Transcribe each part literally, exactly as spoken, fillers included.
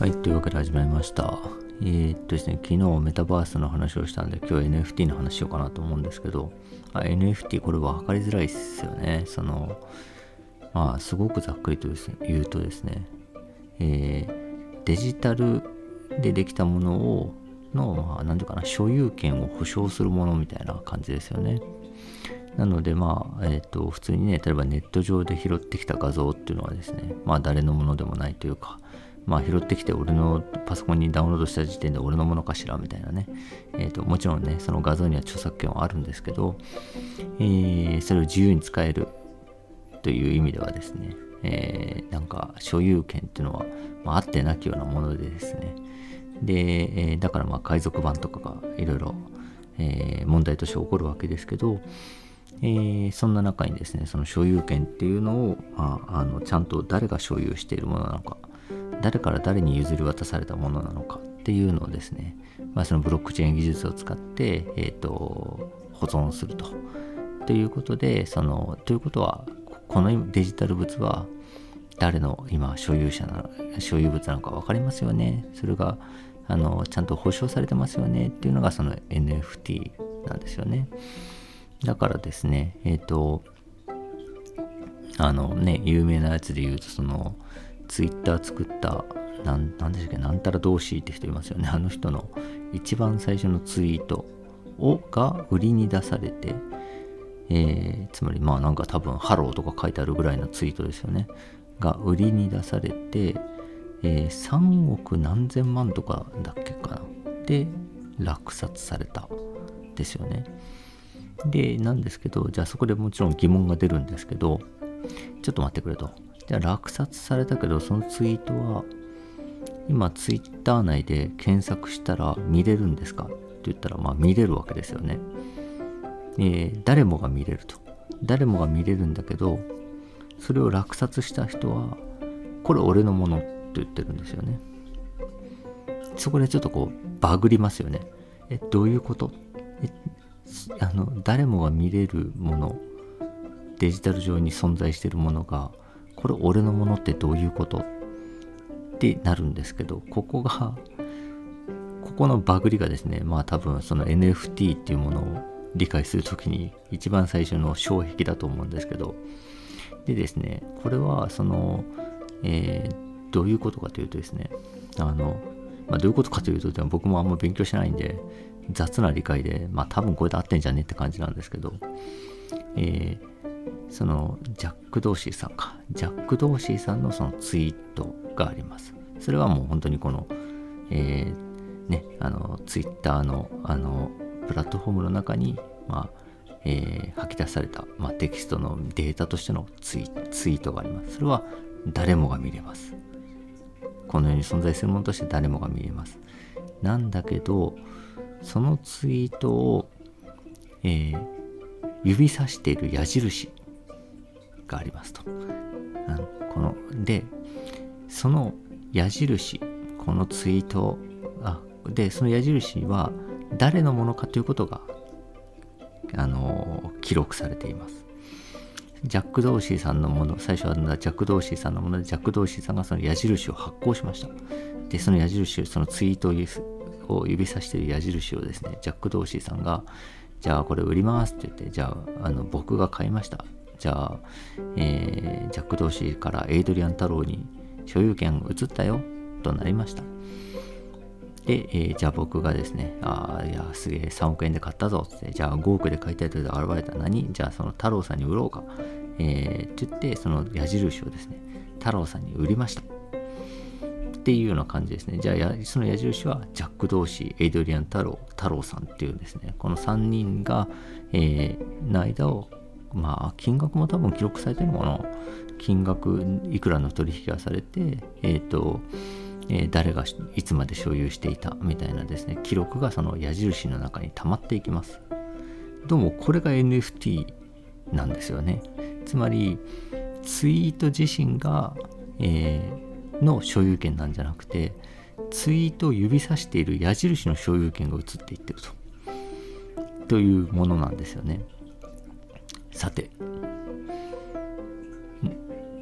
はい、というわけで始まりました。えー、っとですね、昨日メタバースの話をしたんで、今日は エヌエフティー の話しようかなと思うんですけど、あ エヌエフティー これ分かりづらいですよね。その、まあ、すごくざっくりとですね、言うとですね、えー、デジタルでできたものを、の、まあ、なんていうかな、所有権を保証するものみたいな感じですよね。なので、まあ、えっと、普通にね、例えばネット上で拾ってきた画像っていうのはですね、まあ、誰のものでもないというか、まあ、拾ってきて俺のパソコンにダウンロードした時点で俺のものかしらみたいなね、えっと、もちろんね、その画像には著作権はあるんですけど、えー、それを自由に使えるという意味ではですね、えー、なんか所有権っていうのは、まあ、あってなきようなものでですね、で、えー、だからまあ海賊版とかがいろいろ問題として起こるわけですけど、えー、そんな中にですね、その所有権っていうのを、まあ、あのちゃんと誰が所有しているものなのか、誰から誰に譲り渡されたものなのかっていうのをですね、まあ、そのブロックチェーン技術を使って、えーと、保存すると。ということで、その、ということは、このデジタル物は誰の今所有者な、所有物なのか分かりますよね。それが、あの、ちゃんと保証されてますよねっていうのがその エヌエフティー なんですよね。だからですね、えっと、あのね、有名なやつで言うと、その、ツイッター作った、なん、なんでしたっけ、なんたら同士って人いますよね。あの人の一番最初のツイートをが売りに出されて、えー、つまりまあなんか多分ハローとか書いてあるぐらいのツイートですよね。が売りに出されて、えー、さんおく何千万とかだっけかな。で、落札されたですよね。で、なんですけど、じゃあそこでもちろん疑問が出るんですけど、ちょっと待ってくれと。じゃあ落札されたけど、そのツイートは、今ツイッター内で検索したら見れるんですかって言ったら、まあ見れるわけですよね。えー、誰もが見れると。誰もが見れるんだけど、それを落札した人は、これ俺のものって言ってるんですよね。そこでちょっとこう、バグりますよね。え、どういうこと？えあの誰もが見れるもの、デジタル上に存在しているものがこれ俺のものってどういうことってなるんですけど、ここがここのバグりがですね、まあ多分その エヌエフティー っていうものを理解するときに一番最初の障壁だと思うんですけど、でですね、これはその、えー、どういうことかというとですね、あの、まあ、どういうことかというと、僕もあんま勉強しないんで雑な理解で、まあ多分これで合ってんじゃねって感じなんですけど、えー、そのジャック・ドーシーさんか、ジャック・ドーシーさんのそのツイートがあります。それはもう本当にこの、えー、ね、あのツイッターのあのプラットフォームの中に、まあえー、吐き出された、まあ、テキストのデータとしてのツイ、ツイートがあります。それは誰もが見れます。このように存在するものとして誰もが見れます。なんだけど、そのツイートを、えー、指さしている矢印がありますと。あのこので、その矢印、このツイートあで、その矢印は誰のものかということが、あの記録されています。ジャック・ドーシーさんのもの、最初はジャック・ドーシーさんのもので、ジャック・ドーシーさんがその矢印を発行しました。で、その矢印、そのツイートを指さしている矢印をですね、ジャック・ドーシーさんが、じゃあこれ売りますって言って、じゃあ、あの僕が買いました。じゃあ、えー、ジャック・ドーシーからエイドリアン太郎に所有権移ったよとなりました。で、えー、じゃあ僕がですね、ああ、いや、すげえさんおくえんで買ったぞって、じゃあごおくで買いたいと現れた。何？じゃあその太郎さんに売ろうか。えー、って言って、その矢印をですね、太郎さんに売りました。っていうような感じですね。じゃあや、その矢印はジャック・ドーシー、エイドリアン太郎、太郎さんっていうですね、このさんにんが、えー、の間を、まあ、金額も多分記録されてるのかな。金額いくらの取引がされて、えっと、えー、誰がいつまで所有していたみたいなですね、記録がその矢印の中に溜まっていきます。どうもこれが エヌエフティー なんですよね。つまりツイート自身が、えー、の所有権なんじゃなくて、ツイートを指さしている矢印の所有権が移っていってるとというものなんですよね。さて、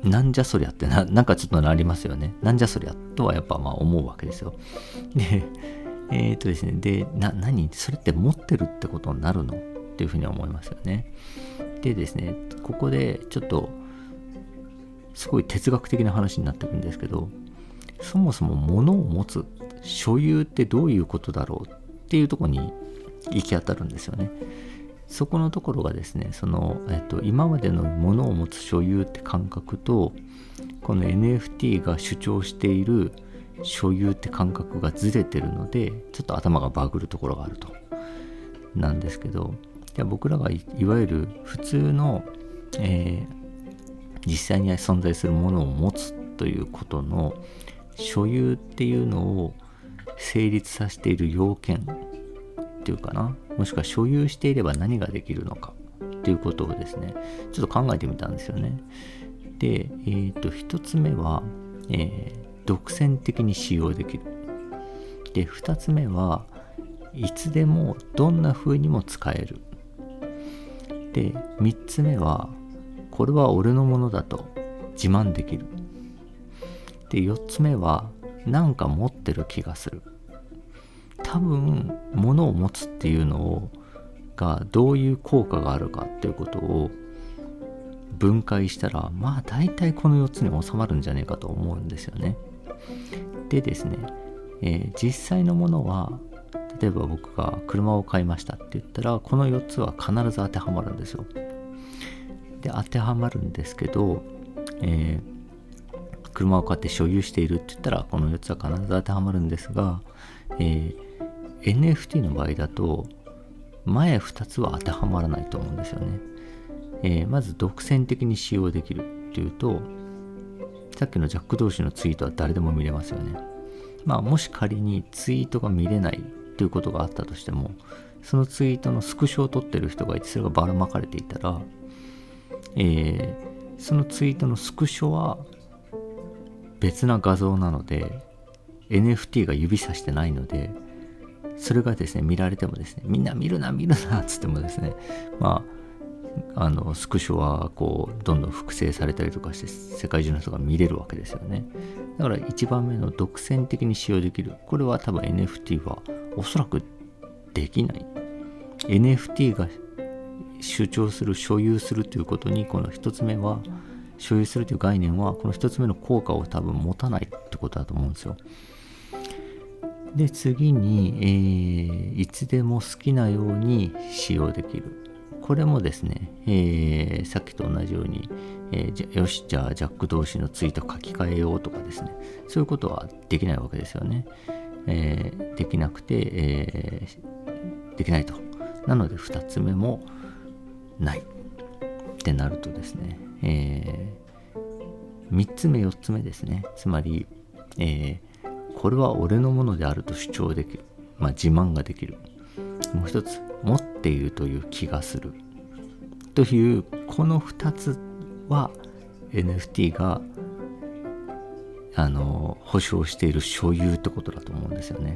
なんじゃそりゃってな、なんかちょっとなりますよね。なんじゃそりゃとはやっぱまあ思うわけですよ。で、えっ、ー、とですね、で、な、何それって持ってるってことになるのっていうふうに思いますよね。でですね、ここでちょっと、すごい哲学的な話になってくるんですけど、そもそも物を持つ、所有ってどういうことだろうっていうところに行き当たるんですよね。そこのところがですね、その、えっと、今までの物を持つ所有って感覚と、この エヌエフティー が主張している所有って感覚がずれてるので、ちょっと頭がバグるところがあると。なんですけど、じゃあ僕らが い, いわゆる普通の、えー、実際に存在するものを持つということの所有っていうのを成立させている要件っていうかな、もしくは所有していれば何ができるのかっていうことをですね、ちょっと考えてみたんですよね。で、えっと一つ目は、えー、独占的に使用できる。で、二つ目はいつでもどんな風にも使える。で、三つ目はこれは俺のものだと自慢できる。で、四つ目はなんか持ってる気がする。多分物を持つっていうのをがどういう効果があるかっていうことを分解したら、まあ大体このよっつに収まるんじゃねえかと思うんですよね。でですね、えー、実際のものは例えば僕が車を買いましたって言ったら、このよっつは必ず当てはまるんですよ。で、当てはまるんですけど、えー、車を買って所有しているって言ったらこのよっつは必ず当てはまるんですが、えーエヌエフティー の場合だと前ふたつは当てはまらないと思うんですよね。えー、まず独占的に使用できるっていうと、さっきのジャック同士のツイートは誰でも見れますよね。まあもし仮にツイートが見れないということがあったとしても、そのツイートのスクショを取ってる人がいて、それがばらまかれていたら、えー、そのツイートのスクショは別な画像なので エヌエフティー が指さしてないので、それがですね見られてもですね、みんな見るな見るなっつってもですね、まああのスクショはこうどんどん複製されたりとかして世界中の人が見れるわけですよね。だからいちばんめの独占的に使用できる、これは多分 エヌエフティー はおそらくできない。 エヌエフティー が主張する所有するということに、このひとつめは所有するという概念はこのひとつめの効果を多分持たないってことだと思うんですよ。で、次に、えー、いつでも好きなように使用できる。これもですね、えー、さっきと同じように、えー、じゃよし、じゃあジャック同士のツイート書き換えようとかですね、そういうことはできないわけですよね。えー、できなくて、えー、できないと。なのでふたつめもないってなるとですね、えー、みっつめよっつめですね。つまり、えーこれは俺のものであると主張できる、まあ、自慢ができる。もう一つ、持っているという気がするという、このふたつは エヌエフティー があの保証している所有ってことだと思うんですよね。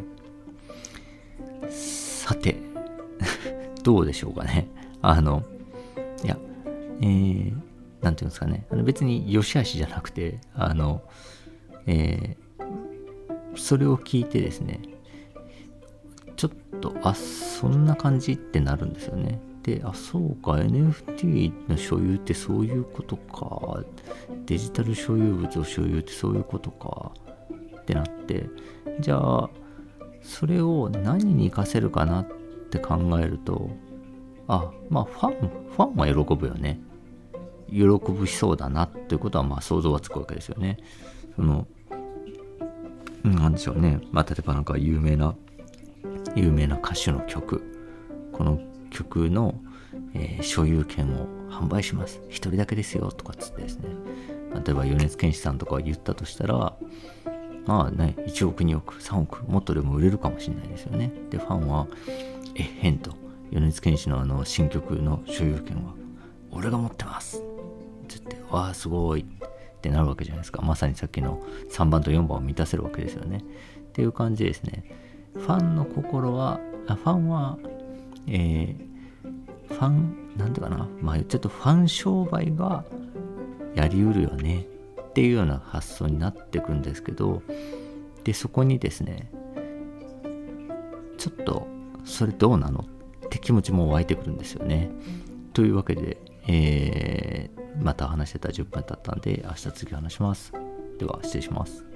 さてどうでしょうかね。あのいや、えー、なんていうんですかね、あの別に良し悪しじゃなくて、あのえーそれを聞いてですね、ちょっとあそんな感じってなるんですよね。で、あそうか エヌエフティー の所有ってそういうことか、デジタル所有物を所有ってそういうことかってなって、じゃあそれを何に活かせるかなって考えると、あまあファンファンは喜ぶよね、喜ぶしそうだなっていうことはまあ想像はつくわけですよね。そのなんでしょうね。まあ、例えばなんか有名な、有名な歌手の曲。この曲の、えー、所有権を販売します。一人だけですよ。とかっつってですね。例えば米津玄師さんとかが言ったとしたら、まあね、いちおく、におく、さんおく、もっとでも売れるかもしれないですよね。で、ファンは、えっへんと、米津玄師のあの新曲の所有権は、俺が持ってます。つって、わあ、すごい。ってなるわけじゃないですか。まさにさっきのさんばんとよんばんを満たせるわけですよね。っていう感じでですね、ファンの心は、あファンは、えー、ファン、なんていうかな、まあちょっとファン商売がやりうるよねっていうような発想になってくんですけど、でそこにですね、ちょっとそれどうなのって気持ちも湧いてくるんですよね。というわけで、えー、また話してたらじゅっぷん経ったんで、明日次話します。では失礼します。